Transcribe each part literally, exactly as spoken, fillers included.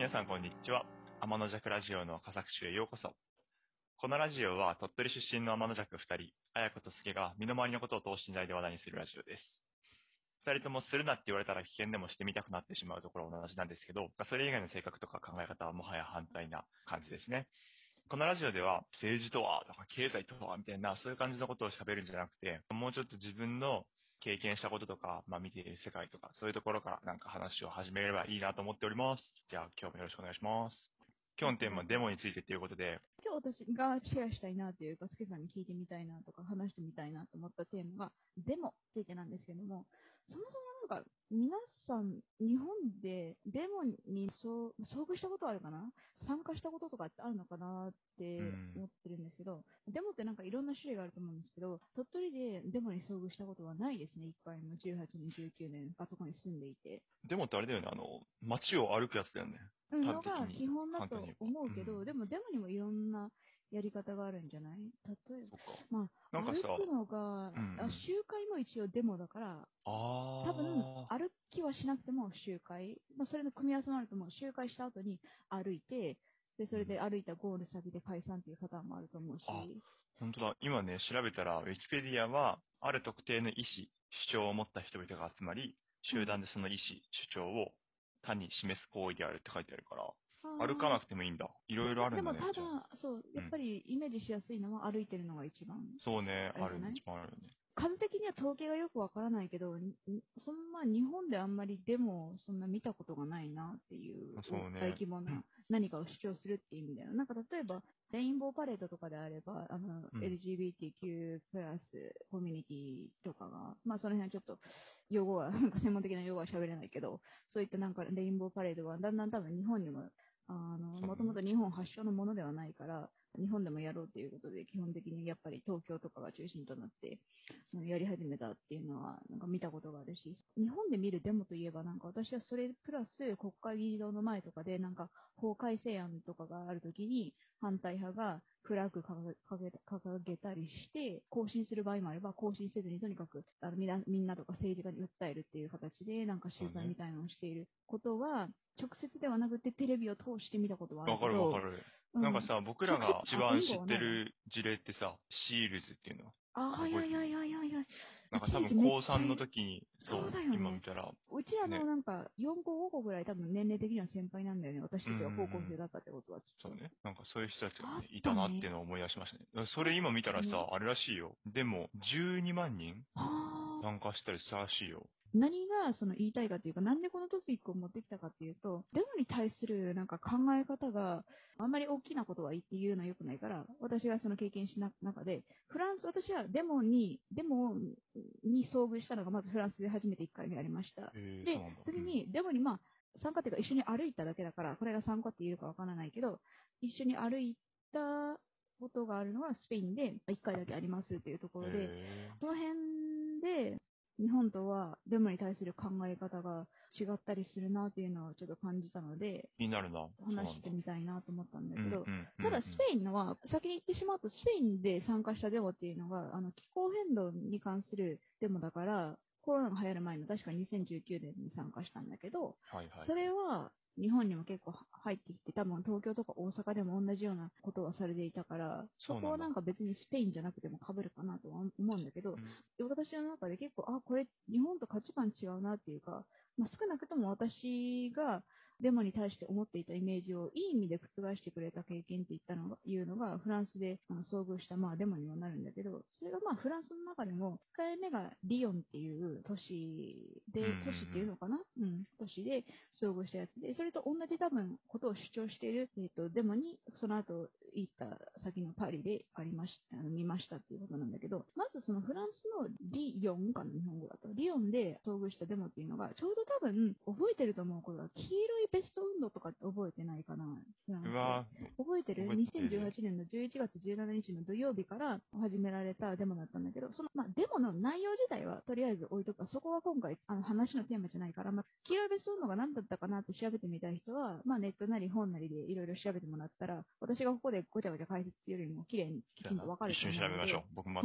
皆さんこんにちは。天の弱ラジオの佳作集へようこそ。このラジオは鳥取出身の天の弱ふたり、綾子と助が身の回りのことを等身大で話題にするラジオです。二人ともするなって言われたら危険でもしてみたくなってしまうところは同じなんですけど、それ以外の性格とか考え方はもはや反対な感じですね。このラジオでは政治とはとか経済とはみたいなそういう感じのことを喋るんじゃなくて、もうちょっと自分の経験したこととか、まあ見ている世界とか、そういうところからなんか話を始めればいいなと思っております。じゃあ今日もよろしくお願いします。今日のテーマはデモについてということで、 今日私がシェアしたいなというか、スケさんに聞いてみたいなとか、話してみたいなと思ったテーマが、デモについてなんですけども、そもそもなんか、皆さん、日本でデモに遭遇したことあるかな、参加したこととかってあるのかなって思ってるんですけど、デモってなんかいろんな種類があると思うんですけど、鳥取でデモに遭遇したことはないですね、一回も。じゅうはちねん、じゅうきゅうねん、あそこに住んでいて。 デモってあれだよね、あの、街を歩くやつだよね。 うん、の端的にが基本だ簡単に言と思うけど、 えば。うん、 でもデモにもいろんなやり方があるんじゃない？例えそっか。 ば、まあ、 なんかさ、 歩くのが、 うんうん、 あ集会も一応デモだから、多分あ歩きはしなくても集会、まあ、それの組み合わせもあると思う。集会した後に歩いて、で、それで歩いたゴール先で解散っていうパターンもあると思うし。 あ、本当だ。今ね、調べたら、ウィキペディアは、ある特定の意思、主張を持った人々が集まり、集団でその意思、主張を他に示す行為であるって書いてあるから、歩かなくてもいいんだ。いろいろあるんだね、 でもたじゃあ。 だ、そう、 うん。 やっぱりイメージしやすいのは歩いてるのが一番、 そうね、あるね、 あれじゃない？ 一番あるよね。 数的には統計がよくわからないけど、にそんな日本であんまりデモをそんな見たことがないなっていう大そうね。 規模な何かを主張するっていう意味だよ。なんか例えば、レインボーパレードとかであれば、あの、 うん。 エルジービーティーキュー プラスコミュニティとかが、まあその辺はちょっと用語が、なんか専門的な用語は喋れないけど、そういったなんかレインボーパレードはだんだん多分日本にも、あの、 そうね。 もともと日本発祥のものではないから、日本でもやろうということで、基本的にやっぱり東京とかが中心となって、やり始めたっていうのはなんか見たことがあるし、日本で見るデモといえばなんか私はそれプラス国会議事堂の前とかでなんか法改正案とかがあるときに反対派がフラッグ掲げ掲げたりして、更新する場合もあれば更新せずにとにかくあのみんなみんなとか政治家に訴えるっていう形でなんか集会みたいなのをしていることは、直接ではなくてテレビを通して見たことはあるわかけど、 るわかる。 うん、 なんかさ、僕らが一あ、 番知ってインボはないわ。 る事例ってさ、シールズっていうのあ、はいはいはい覚えてる？ はいはいはい。 なんか多分一時期めっちゃ、 高さんの時に、そそうう、 だよね。 今見たら、 うちらのね、 なんかよんこごこぐらい多分年齢的には先輩なんだよね。私うんうんうたちが高校生ん。 だったってことはきっと。 そうね。なんかそういう人たちがあっね、いたなっていうたね。 のを思い出しましたね。そあっれ今見たたね。 らさ、あれらしいよ。でも、じゅうにまん人はあ。 参加したりしたらしいよ。 何がその言いたいかというか、なんでこのトピックを持ってきたかっていうと、デモに対するなんか考え方があんまり大きなことは言って言うのは良くないから、私がその経験した中で、フランス、私はデモに、デモに遭遇したのがまずフランスで初めていっかいめありました。 えー、そうで、 なんだ。うん。 次にデモにまあ、参加っていうか一緒に歩いただけだから、これが参加って言えるかわからないけど、一緒に歩いたことがあるのはスペインでいっかいだけありますっていうところで、 えその辺で、日本とはデモに対する考え方が違ったりするなっていうのをちょっと感じたので、 ー、気になるな。そうなんだ。 話してみたいなと思ったんだうんうんけど、 うんうただスん。 ペインのは、先に言ってしまうと、スペインで参加したデモっていうのが、あの、気候変動に関するデモだから、コロナが流行る前の確かにせんじゅうきゅうねんに参加したんだけど、 はいはいはい。 それは日本にも結構入ってきて、多分東京とか大阪でも同じようなことがされていたから、そこはそうなんだ。 なんか別にスペインじゃなくても被るかなとは思うんだけど、 うん。 私の中で結構、あ、これ日本と価値観違うなっていうか、まあ、少なくとも私がデモに対して思っていたイメージをいい意味で覆してくれた経験って言ったのが、いうのがフランスであの遭遇したまあデモにもなるんだけど、それがまあフランスの中でもいっかいめがリヨンっていう都市うんうんうで、都市っていうん。 のかな、うん、都市で遭遇したやつで、それと同じ多分ことを主張している、えっと、デモにその後行った先のパリでありました、あの見ましたっていうことなんだけど、まずそのフランスのリヨンかな、日本語だと。リヨンで遭遇したデモっていうのが、ちょうど多分覚えてると思うことが、黄色いベスト運動とかって覚えてないかな、フランスで。 うわ覚えてる覚えて ?にせんじゅうはちる。 年のじゅういちがつじゅうしちにちの土曜日から始められたデモだったんだけど、その、まあ、デモの内容自体はとりあえず置いとくか、そこは今回あの話のテーマじゃないから、まあ、黄色いベスト運動が何だったかなって調べてみたい人は、まあ、ネットなり本なりでいろいろ調べてもらったら、私がここでごちゃごちゃ解説するよりも綺麗にきちんとわかると一緒に思うので、 調べましょう。僕もうん。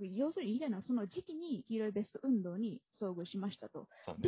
後で調べます。 とにかく、要するに言いたいのは、その時期に黄色いベスト運動に遭遇しましたと。 そうね。 で、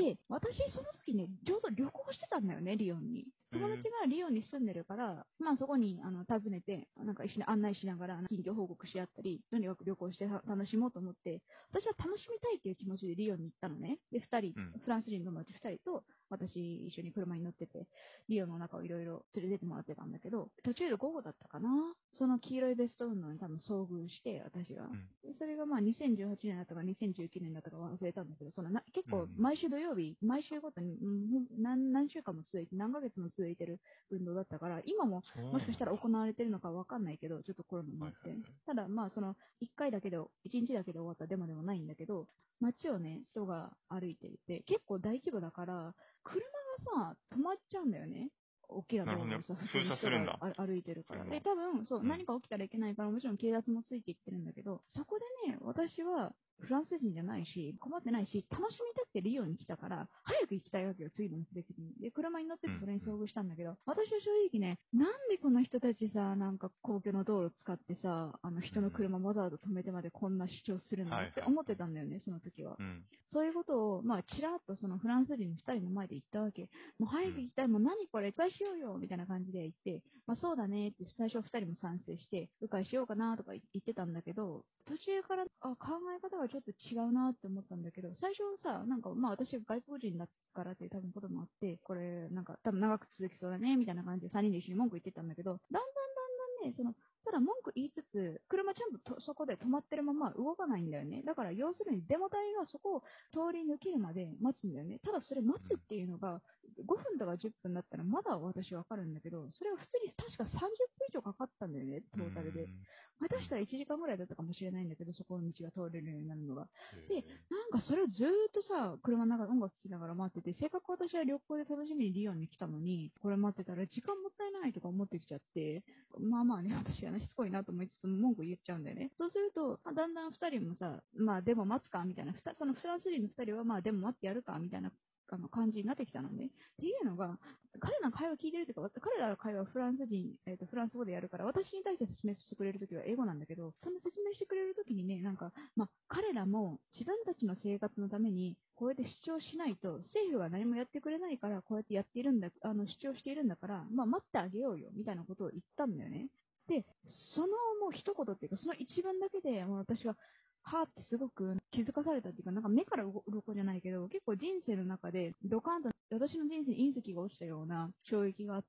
で、私その時ね、ちょうど旅行してたんだよね、リヨンに。友達がリヨンに住んでるから、まあそこにあの訪ねて、なんか一緒に案内しながら近況報告し合ったり、とにかく旅行して楽しもうと思って、私は楽しみたいっていう気持ちでリヨンに行ったのね。で、二人、 うん、 フランス人の友達二人と、私一緒に車に乗ってて、リヨンの中をいろいろ連れてってもらってたんだけど、途中で午後だったかな、その黄色いベスト運動に多分遭遇して、私が。 うん、 でそれがまあにせんじゅうはちねんだったかにせんじゅうきゅうねんだったか忘れたんだけど、そのな結構毎週土曜日、毎週ごとに、うん、何何週間も続いて、何ヶ月も続いてる運動だったから、今ももしかしたら行われてるのかわかんないけど、ちょっとコロナになって。ただまあそのいっかいだけで、いちにちだけで終わったデモでもないんだけど、街をね、人が歩いていて、結構大規模だから、車がさ、止まっちゃうんだよね。大きな道路をさ、普通に人が歩いてるから。で、多分、そう、うん、何か起きたらいけないから、もちろん警察もついていってるんだけど、そこでね、私は、フランス人じゃないし、困ってないし、楽しみたくてリヨンに来たから、早く行きたいわけよ、次の目的に。で、車に乗っててそれに遭遇したんだけど、うんうん、私は正直ね、なんでこの人たちさ、なんか公共の道路使ってさ、あの人の車わざわざ止めてまでこんな主張するの、うん、って思ってたんだよね、その時は。うん、そういうことを、まあ、ちらっとそのフランス人の二人の前で言ったわけ。もう早く行きたい、もう何これ、迂回しようよ、みたいな感じで言って、まあそうだねって最初二人も賛成して、迂回しようかなとか言ってたんだけど、途中からあ考え方がちょっと違うなって思ったんだけど、最初さ、なんかまあ私外国人だからっていう多分こともあって、これなんか多分長く続きそうだね、みたいな感じでさんにんで一緒に文句言ってたんだけど、だんだんだんだんね、その、ただ文句言いつつ、車ちゃんととそこで止まってるまま動かないんだよね。だから要するにデモ隊がそこを通り抜けるまで待つんだよね。ただそれ待つっていうのが、ごふんとかじゅっぷんだったらまだ私わかるんだけど、それは普通に確かさんじゅっぷん以上かかったんだよね、トータルで。下手したらいちじかんぐらいだったかもしれないんだけど、そこの道が通れるようになるのが。で、なんかそれをずーっとさ、車の中で音楽聴きながら待ってて、せっかく私は旅行で楽しみにリヨンに来たのに、これ待ってたら時間もったいないとか思ってきちゃって、まあまあね、私はね、しつこいなと思いつつも文句言っちゃうんだよね。そうすると、まあ、だんだん二人もさ、まあでも待つかみたいな、そのフランス人の二人はまあでも待ってやるかみたいなあの感じになってきたのね。っていうのが、彼らの会話聞いてるというか、彼らの会話はフランス人、えっと、フランス語でやるから、私に対して説明してくれるときは英語なんだけど、その説明してくれるときにね、なんか、まあ、彼らも自分たちの生活のために、こうやって主張しないと、政府は何もやってくれないから、こうやってやっているんだ、あの、主張しているんだから、まあ、待ってあげようよ、みたいなことを言ったんだよね。で、そのもう一言っていうか、その一文だけで、もう私は、はーってすごく気づかされたっていうか、なんか目から鱗じゃないけど、結構人生の中でドカンと私の人生に隕石が落ちたような衝撃があって、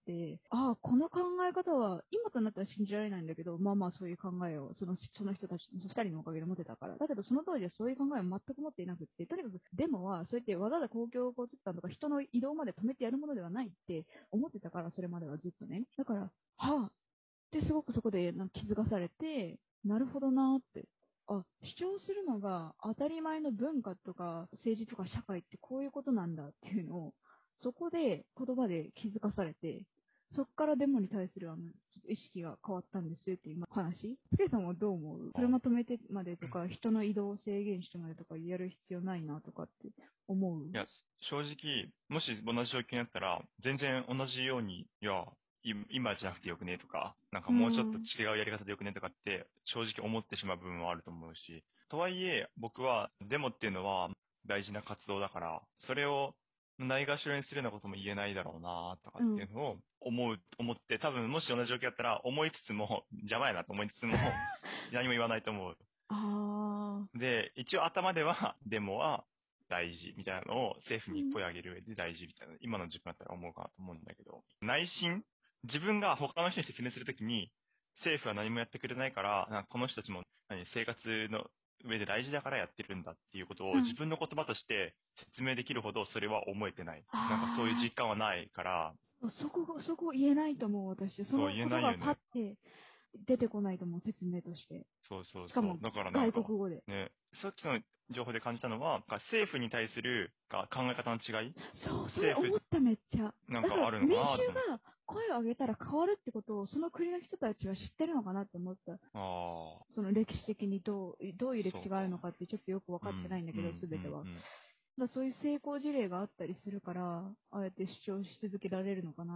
ああ、この考え方は今となったら信じられないんだけど、まあまあそういう考えをそのその人たち、二人のおかげで持ってたから。だけどその当時はそういう考えを全く持っていなくって、とにかくデモはそうやってわざわざ公共交通機関とか人の移動まで止めてやるものではないって思ってたから、それまではずっとね。だから、はあ、ってすごくそこでなんか気づかされて、なるほどなーって。あ、主張するのが当たり前の文化とか政治とか社会ってこういうことなんだっていうのを、そこで言葉で気づかされて、そこからデモに対するあの意識が変わったんですよっていう話。スケさんはどう思う？車止めてまでとか、人の移動を制限してまでとかやる必要ないなとかって思う？ いや、正直、もし同じ状況になったら、全然同じように、いや、今じゃなくてよくねとか、なんかもうちょっと違うやり方でよくねとかって正直思ってしまう部分はあると思うし、とはいえ僕はデモっていうのは大事な活動だから、それをないがしろにするようなことも言えないだろうなとかっていうのを思う、思って、多分もし同じ状況だったら思いつつも、邪魔やなと思いつつも何も言わないと思う。 あで、一応頭ではデモは大事みたいなのを政府に声を上げる上で大事みたいな、今の自分だったら思うかなと思うんだけど、内心、自分が他の人に説明するときに、政府は何もやってくれないから、なんかこの人たちも何生活の上で大事だからやってるんだっていうことを自分の言葉として説明できるほどそれは思えてない。なんかそういう実感はないから。 そこ、そこ言えないと思う、私。その言葉がパッて出てこないと思う、説明として。 そうそうそう。 しかも、 だからなんか外国語で。 ね、さっきの情報で感じたのは、政府に対する考え方の違い。 そう、それ思っためっちゃ。 なんかあるのかなと思って。 民衆が声を上げたら変わるってことを、その国の人たちは知ってるのかなって思った。 ああ。 その歴史的にどう、どういう歴史があるのかってちょっとよく分かってないんだけど、すべては。だそういう成功事例があったりするから、ああやって主張し続けられるのかなっ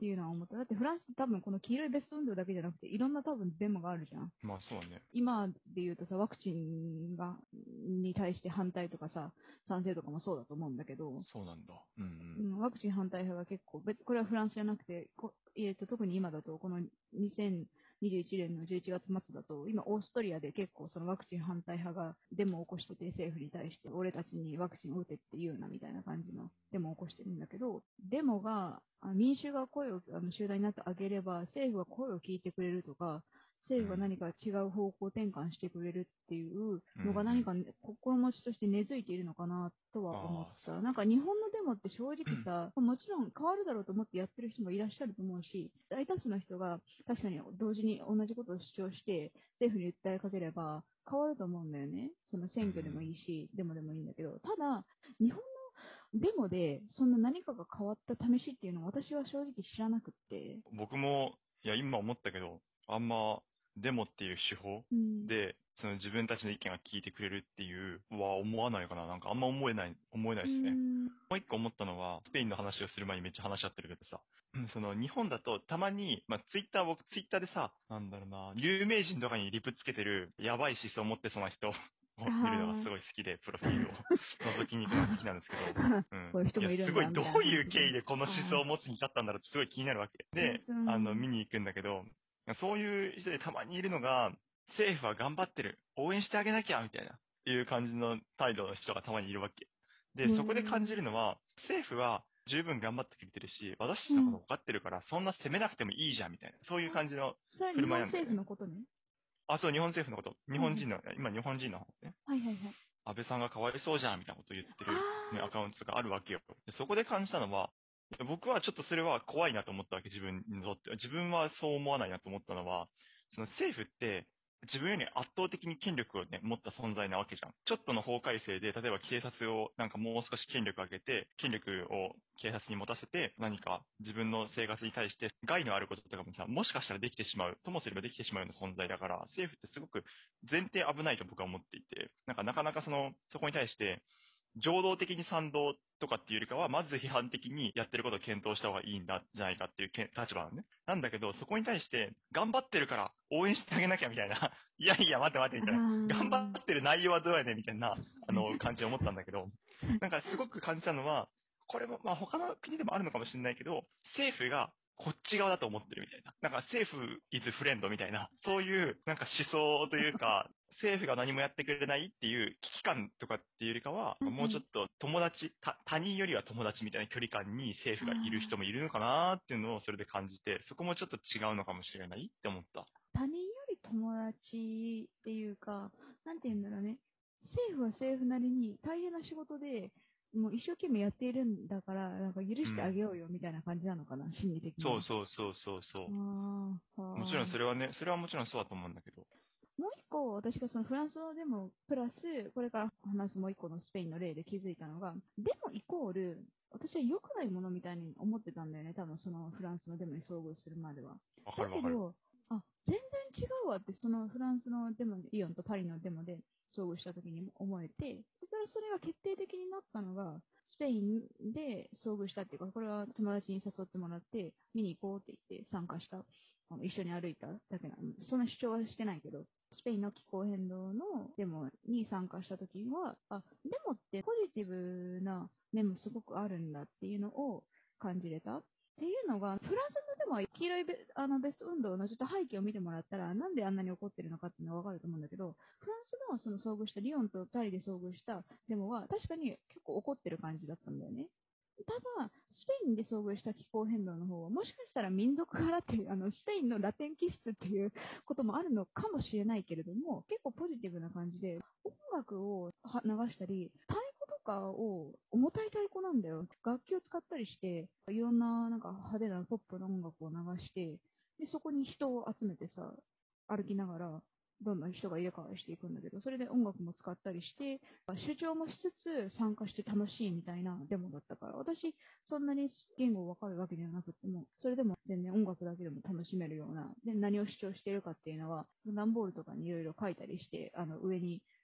っていうのは思った。だってフランスって多分この黄色いベスト運動だけじゃなくて、いろんな多分デモがあるじゃん。 まあそうね。 今で言うとさ、ワクチンが、に対して反対とかさ、賛成とかもそうだと思うんだけど、 そうなんだ。うんうん、ワクチン反対派が結構、別これはフランスじゃなくて、こえー、と特に今だと、このにせんにじゅういちねんのじゅういちがつ末だと、今、オーストリアで結構そのワクチン反対派がデモを起こしてて、政府に対して、俺たちにワクチンを打てって言うなみたいな感じのデモを起こしてるんだけど、デモが、あ民衆が声をあの集団になってあげれば、政府が声を聞いてくれるとか、政府が何か違う方向転換してくれるっていうのが何か、ね、心持ちとして根付いているのかなとは思った。なんか日本のデモって正直さ、もちろん変わるだろうと思ってやってる人もいらっしゃると思うし、大多数の人が確かに同時に同じことを主張して政府に訴えかければ変わると思うんだよね。その選挙でもいいし、デモでもいいんだけど、ただ、日本のデモでそんな何かが変わった試しっていうのは私は正直知らなくって。 僕も、いや、今思ったけど、あんま、デモっていう手法で、うん、その自分たちの意見が聞いてくれるっていうは思わないかな。なんかあんま思えない、思えないですね。もう一個思ったのは、スペインの話をする前にめっちゃ話し合ってるけどさ、その日本だとたまに、まあツイッター、僕ツイッターでさ、なんだろうな、有名人とかにリプつけてるやばい思想を持ってそうな人を見るのがすごい好きで、プロフィールを覗きに行くのが好きなんですけど、 うん、こういう人もいるんだいやすごいどういう経緯でこの思想を持つに至ったんだろうってすごい気になるわけ。で、あの、見に行くんだけど、そういう人でたまにいるのが、政府は頑張ってる、応援してあげなきゃ、みたいな、いう感じの態度の人がたまにいるわけ。で、そこで感じるのは、政府は十分頑張ってくれてるし、私たちのこと分かってるから、そんな責めなくてもいいじゃん、みたいな、そういう感じの振る舞いなんだよね。 それは日本政府のことね。 あ、そう、日本政府のこと。日本人の、はいはい、今日本人の方ね。 はいはいはい。 安倍さんがかわいそうじゃん、みたいなことを言ってる、ね、アカウントがあるわけよ。でそこで感じたのは、僕はちょっとそれは怖いなと思ったわけ、自分にとって。自分はそう思わないなと思ったのは、その政府って、自分より圧倒的に権力をね、持った存在なわけじゃん。ちょっとの法改正で、例えば警察をなんかもう少し権力を上げて、権力を警察に持たせて、何か自分の生活に対して害のあることとかもさ、もしかしたらできてしまう、ともすればできてしまうような存在だから、政府ってすごく前提危ないと僕は思っていて、なんかなかなかその、そこに対して、情動的に賛同とかっていうよりかは、まず批判的にやってることを検討した方がいいんだ、じゃないかっていう立場なのね。なんだけど、そこに対して、頑張ってるから応援してあげなきゃみたいな、いやいや、待って待ってみたいな、頑張ってる内容はどうやねんみたいな、あの、感じを思ったんだけど、なんかすごく感じたのは、これも、まあ他の国でもあるのかもしれないけど、政府がこっち側だと思ってるみたいな。なんか政府 is フレンドみたいな、そういうなんか思想というか、政府が何もやってくれないっていう危機感とかっていうよりかは、もうちょっと友達、他人よりは友達みたいな距離感に政府がいる人もいるのかなっていうのをそれで感じて、そこもちょっと違うのかもしれないって思った。 他人より友達っていうか、なんて言うんだろうね。政府は政府なりに大変な仕事で、もう一生懸命やっているんだから、なんか許してあげようよみたいな感じなのかな、うん、心理的に。 そうそうそうそうそう。 あもちろんそれはね、それはもちろんそうだと思うんだけど。 もう一個、私がそのフランスのデモプラス、これから話すもう一個のスペインの例で気づいたのが、デモイコール、私は良くないものみたいに思ってたんだよね、多分そのフランスのデモに遭遇するまでは。 わかるわかる。 だけど、あ、全然違うわって、そのフランスのデモ、リヨンとパリのデモで遭遇した時に思えて、それからそれが決定的になったのが、スペインで遭遇したっていうか、これは友達に誘ってもらって、見に行こうって言って参加した。一緒に歩いただけなの。そんな主張はしてないけど、スペインの気候変動のデモに参加したときは、あ、デモってポジティブな面もすごくあるんだっていうのを感じれた。っていうのが、フランスのデモは黄色いベあのベスト運動のちょっと背景を見てもらったら、なんであんなに起こってるのかっていうのがわかると思うんだけど、フランスのその遭遇した、リヨンとパリで遭遇したデモは、確かに結構起こってる感じだったんだよね。ただ、スペインで遭遇した気候変動の方は、もしかしたら民族からっていう、あの、スペインのラテン気質っていうこともあるのかもしれないけれども、結構ポジティブな感じで、音楽を流したり、太鼓とかを、重たい太鼓なんだよ。楽器を使ったりして、いろんななんか派手なポップの音楽を流して、で、そこに人を集めてさ、歩きながら、どんどん人が入れ替わりしていくんだけど、それで音楽も使ったりして、主張もしつつ参加して楽しいみたいなデモだったから、私、そんなに言語わかるわけではなくても、それでも全然音楽だけでも楽しめるような、で、何を主張しているかっていうのは、段ボールとかにいろいろ書いたりして、あの、上に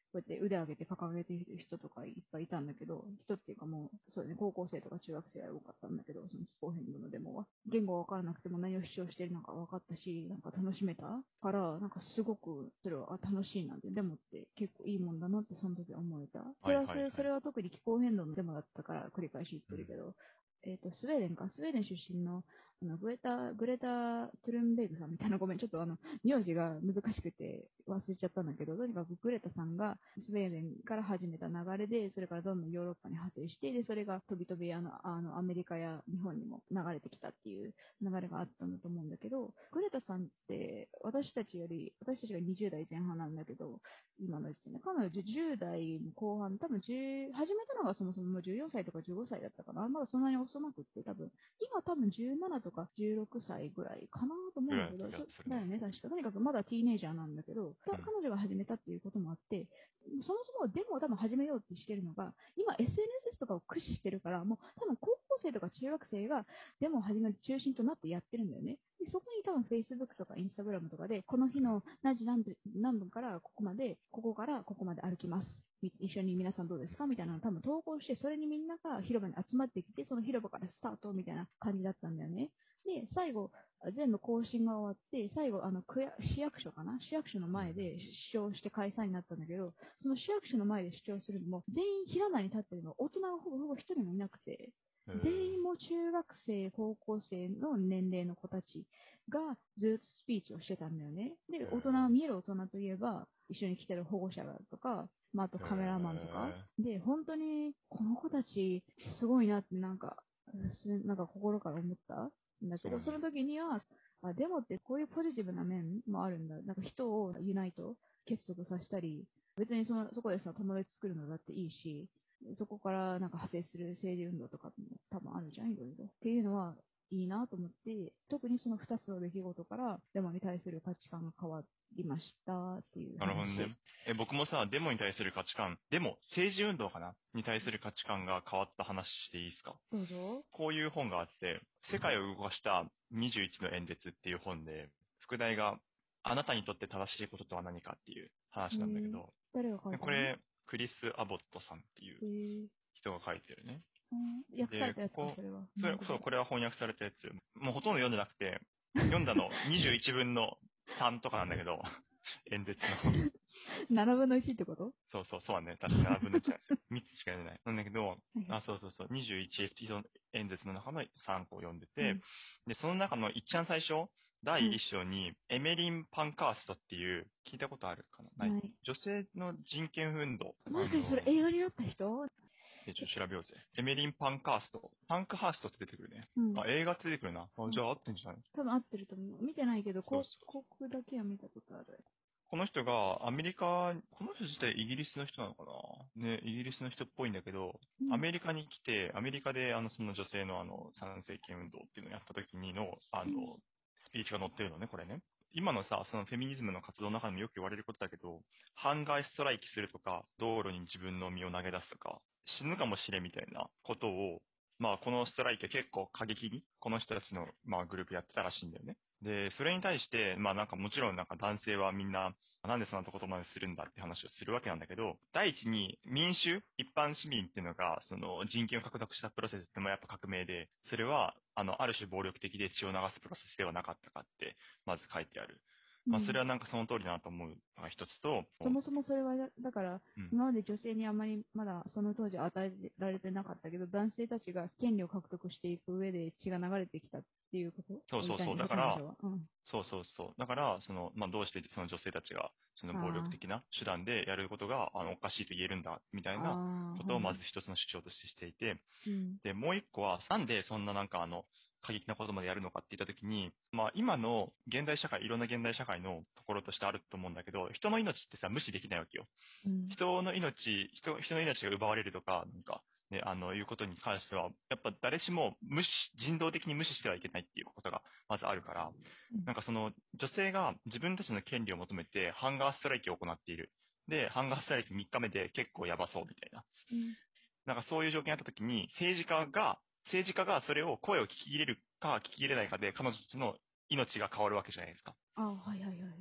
こうやって腕上げて掲げている人とかいっぱいいたんだけど、人っていうかもう、そうね、高校生とか中学生が多かったんだけど、その気候変動のデモは。言語がわからなくても何を主張しているのか分かったし、なんか楽しめたから、なんかすごくそれは楽しいなんて、デモって結構いいもんだなってその時は思えた。それはそれ、それは特に気候変動のデモだったから繰り返し言ってるけど、うん、えっ、ー、と、スウェーデンか、スウェーデン出身の、あの、グレタ、グレタ・トゥルンベイグさんみたいな、ごめん、ちょっとあの、名字が難しくて忘れちゃったんだけど、とにかくグレタさんがスウェーデンから始めた流れで、それからどんどんヨーロッパに派生して、で、それが飛び飛びあの、あの、アメリカや日本にも流れてきたっていう流れがあったんだと思うんだけど、グレタさんって私たちより、私たちがにじゅう代前半なんだけど、今の時点で、彼女じゅう代後半、多分じゅう、始めたのがそもそもじゅうよんさいとかじゅうごさいだったかな。まだそんなに遅なくって、多分、今多分じゅうななとかじゅうろくさいぐらいかなと思うんだけど、ちょだよね、確か。とにかくまだティーネイジャーなんだけど、うん、彼女が始めたっていうこともあって、そもそもデモを多分始めようってしてるのが、今 エスエヌエス とかを駆使してるから、もう多分高校生とか中学生がデモを始める中心となってやってるんだよね。でそこに多分 Facebook とか Instagram とかで、この日の何時何分何分からここまで、ここからここまで歩きます。一緒に皆さんどうですかみたいなのを多分投稿して、それにみんなが広場に集まってきて、その広場からスタートみたいな感じだったんだよね。で、最後、全部更新が終わって、最後、あの、区や市役所かな市役所の前で主張して開催になったんだけど、その市役所の前で主張するのも、全員平間に立ってるの、大人がほぼほぼ一人もいなくて、全員も中学生、高校生の年齢の子たちがずっとスピーチをしてたんだよね。で、大人は見える大人といえば、一緒に来てる保護者とか、まあ、あとカメラマンとか。で、本当に、この子たち、すごいなって、なんか、なんか心から思ったんだけど、その時には、あ、デモってこういうポジティブな面もあるんだ。なんか人をユナイト、結束させたり、別にその、そこでさ、友達作るのだっていいし、そこからなんか派生する政治運動とかも多分あるじゃん、いろいろ。っていうのはいいなと思って、特にその二つの出来事からデモに対する価値観が変わりましたっていう話。 なるほどね。え、僕もさ、デモに対する価値観、デモ、政治運動かなに対する価値観が変わった話していいですか？ どうぞ。 こういう本があって、世界を動かしたにじゅういちの演説っていう本で、副題があなたにとって正しいこととは何かっていう話なんだけど、 誰が書いたの？ これ、クリス・アボットさんっていう人が書いてるね。 うん、訳されたやつか、それは。 それ、そう、これは翻訳されたやつ。もうほとんど読んでなくて、読んだのにじゅういちぶんのさんとかなんだけど、演説の。 ななぶんのいちってこと？ そうそう、そうはね。確かななぶんのいちなんですよ。みっつしか読んでない。なんだけど、あ、そうそうそう、にじゅういち演説の中のさんこを読んでて、うん、で、その中の一番最初、だいいっ章に、エメリン・パンカーストっていう、聞いたことあるかな？ない。女性の人権運動。 もしかしてそれ映画になった人？ え、ちょっと調べようぜ。エメリン・パンカースト。パンクハーストって出てくるね。うん、あ、映画って出てくるな。あ、じゃあ合ってんじゃない？ 多分合ってると思う。見てないけど、広告だけは見たことある。 この人がアメリカ、この人自体イギリスの人なのかなね、イギリスの人っぽいんだけど、うん、アメリカに来て、アメリカであの、その女性のあの、参政権運動っていうのをやった時にの、あの、うん、スピーチが載ってるのね、これね。今のさ、そのフェミニズムの活動の中でもよく言われることだけど、ハンガーストライキするとか、道路に自分の身を投げ出すとか、死ぬかもしれんみたいなことを、まあこのストライキは結構過激に、この人たちの、まあ、グループやってたらしいんだよね。で、それに対して、まあなんかもちろんなんか男性はみんな、なんでそんなことまでするんだって話をするわけなんだけど、第一に民主、一般市民っていうのが、その人権を獲得したプロセスってのもやっぱ革命で、それは、あの、ある種暴力的で血を流すプロセスではなかったかって、まず書いてある。まあそれはなんかその通りだなと思うのが一つと、 そもそもそれはだ、だから、うん、今まで女性にあまりまだその当時与えられてなかったけど、男性たちが権利を獲得していく上で血が流れてきたっていうこと？ そうそうそう。だから、うん、そうそうそう。だから、その、まあ、どうしてその女性たちが、その暴力的な手段でやることが、あの、おかしいと言えるんだ、みたいなことをまず一つの主張としてしていて、うん、で、もう一個は、なんでそんななんかあの、過激なことまでやるのかって言ったときに、まあ今の現代社会、いろんな現代社会のところとしてあると思うんだけど、人の命ってさ、無視できないわけよ。うん、人の命、人、人の命が奪われるとか、なんか、ね、あの、いうことに関しては、やっぱ誰しも無視、人道的に無視してはいけないっていうことがまずあるから、なんかその女性が自分たちの権利を求めてハンガーストライキを行っている。で、ハンガーストライキみっかめで結構やばそうみたいな。うん、なんかそういう状況にあった時に、政治家が、政治家がそれを声を聞き入れるか聞き入れないかで彼女たちの命が変わるわけじゃないですか。 あ、はいはいはいはい。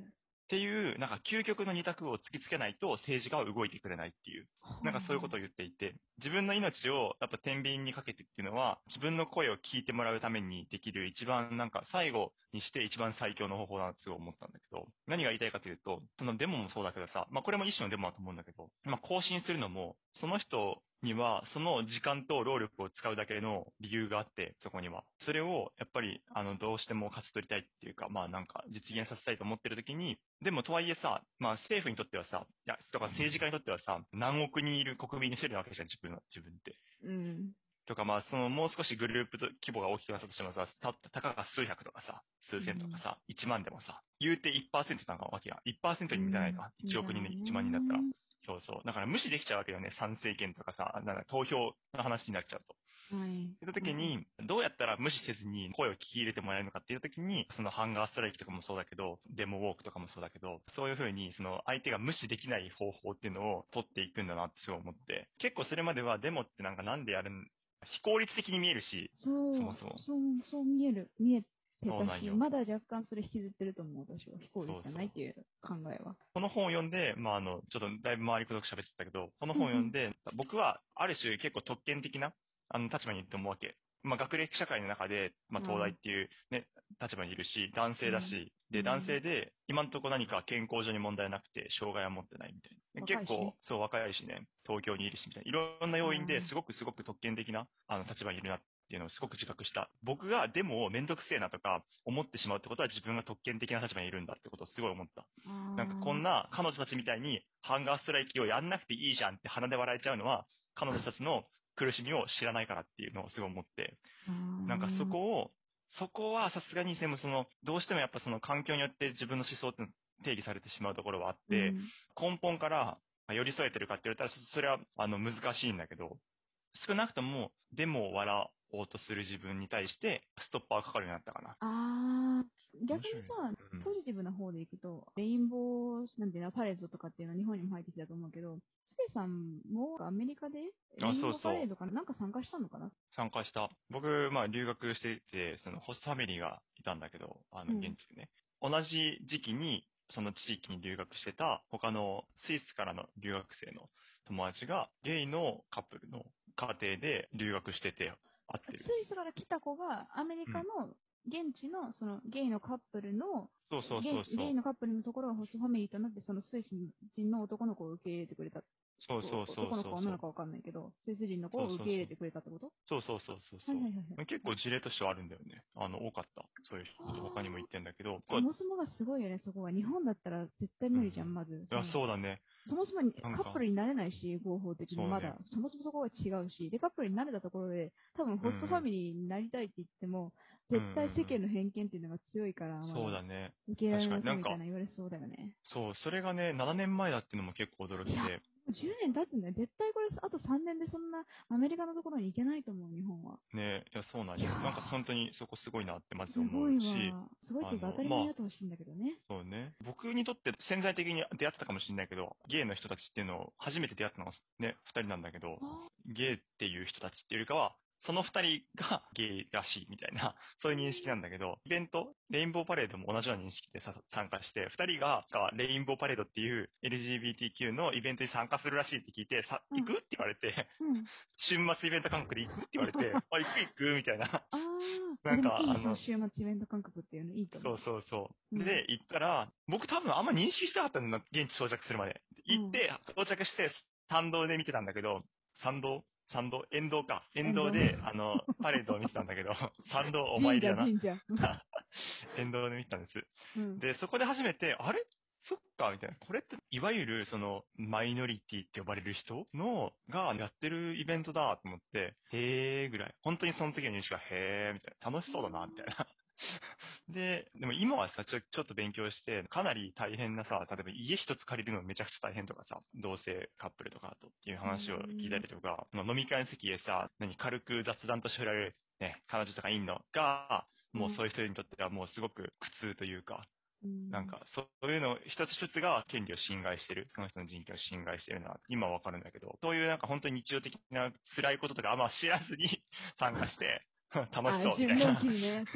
っていう、なんか究極の二択を突きつけないと政治家は動いてくれないっていう、なんかそういうことを言っていて、自分の命をやっぱ天秤にかけてっていうのは、自分の声を聞いてもらうためにできる一番なんか最後にして一番最強の方法だなって思ったんだけど、何が言いたいかというと、そのデモもそうだけどさ、まあこれも一種のデモだと思うんだけど、まあ更新するのも、その人には、その時間と労力を使うだけの理由があって、そこには。それを、やっぱり、あの、どうしても勝ち取りたいっていうか、まあなんか、実現させたいと思ってる時に、でもとはいえさ、まあ政府にとってはさ、いや、とか政治家にとってはさ、何億人いる国民に一人なわけじゃん、自分は、自分って。 うん。 とか、まあ、その、もう少しグループと規模が大きくなったとしてもさ、た、たかが数百とかさ、数千とかさ、いちまんでもさ、言うていちパーセントなんかわけや。いちパーセントに満たないか。 うんいちおく人でいちまん人だったら。そうそう。だから無視できちゃうわけよね。参政権とかさ、なんか投票の話になっちゃうと。 はい。 って時に、どうやったら無視せずに声を聞き入れてもらえるのかっていう時に、そのハンガーストライキとかもそうだけど、デモウォークとかもそうだけど、そういう風に、その相手が無視できない方法っていうのを取っていくんだなってすごい思って、結構それまではデモってなんかなんでやるん、非効率的に見えるし、 そう、 そもそも。 そう、そう見える、見えてたし、 そうなんよ。 まだ若干それ引きずってると思う、私は。非効率じゃそうそう。 ないっていう考えは。 この本を読んで、まあ、あの、ちょっとだいぶ周りくどく喋ってたけど、このうん本を読んで、僕はある種結構特権的な、あの、立場にいると思うわけ。まあ、学歴社会の中で、まあ、東大っていうね、立場にいるし、男性だし、で、 うん男性で、今んとこ何か健康上に問題なくて、障害は持ってないみたいな。 若いしね結構、そう、若いしね、東京にいるし、みたいな。いろんな要因ですごくすごく特権的な、あの、立場にいるなっていうのをすごく自覚した。僕がでもめんどくせえなとか思ってしまうってことは自分が特権的な立場にいるんだってことをすごい思った。なんかこんな彼女たちみたいにハンガーストライキをやんなくていいじゃんって鼻で笑えちゃうのは彼女たちの苦しみを知らないからっていうのをすごい思って、なんかそこを、そこはさすがにでもその、どうしてもやっぱその環境によって自分の思想って定義されてしまうところはあって、根本から寄り添えてるかって言われたらそれはあの難しいんだけど、少なくともデモを笑おうとする自分に対してストッパーがかかるようになったかな。 ああ、逆にさ、 うん、 ポジティブな方でいくと、レインボー、なんていうの、パレードとかっていうのは日本にも入ってきたと思うけど、スペさんもアメリカでレインボーパレードかななんか参加したのかな参加した。僕、まあ留学してて、そのホストファミリーがいたんだけど、あの、現地でね。うん、同じ時期に、その地域に留学してた他のスイスからの留学生の友達がゲイのカップルの家庭で留学してて会ってる。 スイスから来た子がアメリカの現地のそのゲイのカップルの、 そうそうそうそう。 ゲイのカップルのところがホストファミリーとなって、そのスイス人の男の子を受け入れてくれた。 そうそうそうそう。 男の子か女の子かわかんないけど、スイス人の子を受け入れてくれたってこと？ そうそうそうそうそう。はいはいはいはい、結構事例としてはあるんだよね。あの、多かった。そういう人、他にも言ってんだけど。 そもそもがすごいよね、そこは。日本だったら絶対無理じゃん、うん、まず。 いや、そうだね。 そもそもカップルになれないし、合法的にまだ、そ,、ね、そもそもそこが違うし、で、カップルになれたところで、多分ホストファミリーになりたいって言っても、うん、絶対世間の偏見っていうのが強いから、ま、 そうだね。 受け入れられないみたいな言われそうだよね。 そう、それがね、ななねんまえだっていうのも結構驚きで。 じゅうねん経つんだよ。絶対これ、あとさんねんでそんなアメリカのところに行けないと思う、日本は。 ねいや、そうなんよ。なんか本当にそこすごいなってまず思うし。すごいわ。すごいっていうか当たり前やってほしいんだけどね、 まあ。そうね。僕にとって潜在的に出会ってたかもしれないけど、ゲイの人たちっていうのを初めて出会ったのがね、二人なんだけど、ゲイっていう人たちっていうよりかは、その二人がゲイらしいみたいな、そういう認識なんだけど、イベント、レインボーパレードも同じような認識で参加して、二人がレインボーパレードっていう エルジービーティーキュー のイベントに参加するらしいって聞いて、さ、行くって言われて、うん、週末イベント感覚で行くって言われて、あ、行く行くみたいな。 あなんか、 いいあの、週末イベント感覚っていうのいいと思う。 そうそうそう。で、行ったら、僕多分あんま認識してなかったんだ、現地到着するまで。行って、到着して、参道で見てたんだけど、参道参道沿道か。沿道で、あの、パレードを見てたんだけど、参道お参りだな。沿道で見てたんです、うん。で、そこで初めて、あれそっかみたいな。これって、いわゆる、その、マイノリティって呼ばれる人の、がやってるイベントだと思って、へーぐらい。本当にその時の認識が、へーみたいな。楽しそうだな、みたいな。で、でも今はさ、ちょ、ちょっと勉強して、かなり大変なさ、例えば家一つ借りるのめちゃくちゃ大変とかさ、同性カップルとかとっていう話を聞いたりとか、飲み会の席でさ、何、軽く雑談として振られる、ね、彼女とかいんのが、もうそういう人にとってはもうすごく苦痛というか、なんか、そういうの、一つ一つが権利を侵害してる。その人の人権を侵害してるのは、今はわかるんだけど、そういうなんか本当に日常的な辛いこととかあんま知らずに参加して、楽しそうみたいな。 あ、自分のうちにね、そう。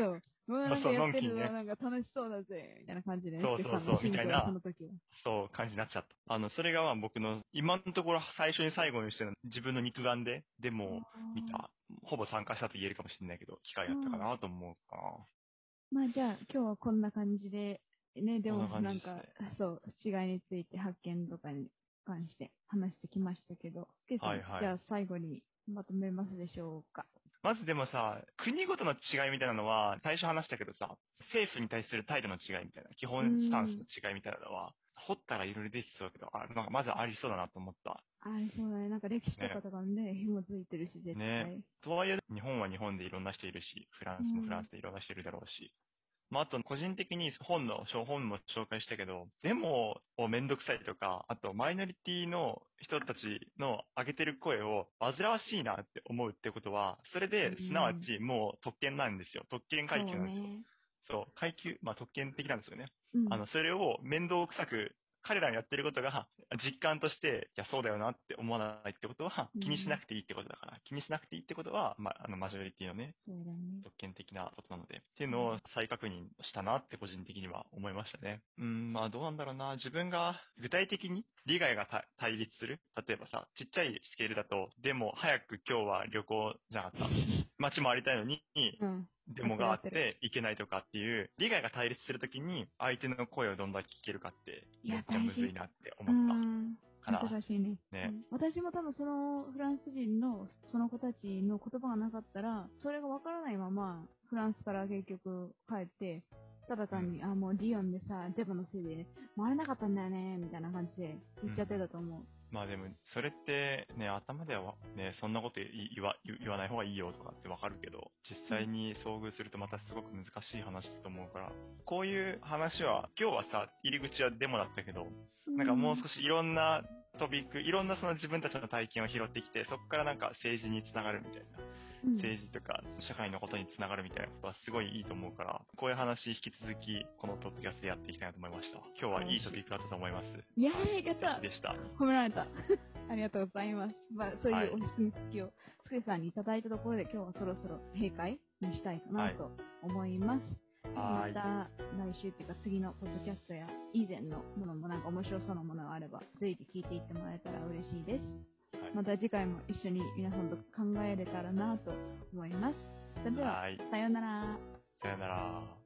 うわ、 まあなんかやってるわ、 そうのんきにねなんか楽しそうだぜ、みたいな感じでね。 そうそうそうスケさんの心境みたいなその時は。 そう、感じになっちゃった。あの、それがまあ僕の、今のところ最初に最後にしての自分の肉眼で、でも見た、ほぼ参加したと言えるかもしれないけど、機会だったかなと思うかな。 まあじゃあ今日はこんな感じで、ね、でもこんな感じなんか、 ですね。 そう、違いについて発見とかに関して話してきましたけど、スケさん、 はいはい。 じゃあ最後にまとめますでしょうか。 まずでもさ、国ごとの違いみたいなのは、最初話したけどさ、政府に対する態度の違いみたいな、基う本スタンスん。 の違いみたいなのは、掘ったらいろいろできそうだけど、あ、なんかまずありそうだなと思った。 あれそうだね、なんか歴史とかね。 とかね、紐づいてるし、絶ね。 対。 とはいえ、日本は日本でいろんな人いるし、フランスもフランうん。 スでいろんな人いるだろうし、まあ、あと、個人的に本の、本も紹介したけど、デモをめんどくさいとか、あと、マイノリティの人たちの上げてる声を煩わしいなって思うってことは、それうで、すなわん。 ちもう特権なんですよ。特権階そ級なんですよ。 うね。 そう、階級、まあ特権的なんですよね。 うん。 あの、それを面倒くさく、彼らのやってることが実感として、いや、そうだよなって思わないってことは、気にしなうん。 くていいってことだから、気にしなくていいってことは、まあ、あの、マジョリティのね、 そうだね。 特権的なことなので、っていうのを再確認したなって個人的には思いましたね。うん、まあどうなんだろうな。自分が具体的に利害がた対立する。例えばさ、ちっちゃいスケールだと、でも早く今日は旅行じゃなかった。街回りたいのに、 うん。 デ合っモがあってる合ってる。 て行けないとかっていう、利害が対立するときに相手の声をどんだけ聞けるかっていや、 めっちゃ大事。 むずいなってう思ったん。 から、 難しいね。うね。 ん、私も多分そのフランス人のその子たちの言葉がなかったら、それがわからないままフランスから結局帰って、ただ単に、あ、もうリヨンでさ、デモのせいで回れなかったんだよね、みたいな感じで言っちゃってたと思う。 まあでも、それってね、頭ではね、そんなこと言わ言わない方がいいよとかってわかるけど、実際に遭遇するとまたすごく難しい話だと思うから、こういう話は、今日はさ、入り口はデモだったけど、 うん、 なんかもう少しいろんなトピック、いろんなその自分たちの体験を拾ってきて、そこからなんか政治につながるみたいな。 うん、 政治とか社会のことにつながるみたいなことはすごいいいと思うから、こういう話引き続きこのポッドキャストでやっていきたいなと思いました。今日はいいトピックだったと思います。 イェーイ、やった素敵でした。 褒められた。ありがとうございます。まあ、そういうおはい墨付きを、スケさんにいただいたところで、今日はそろそろ閉会にしたいかなと思います。 はーい。 また来週っていうか次のポッドキャストや以前のものもなんか面白そうなものがあれば随時聞いていってもらえたら嬉しいです。 はい、 また次回も一緒に皆さんと考えれたらなと思います。それでは、さようなら。 さようなら。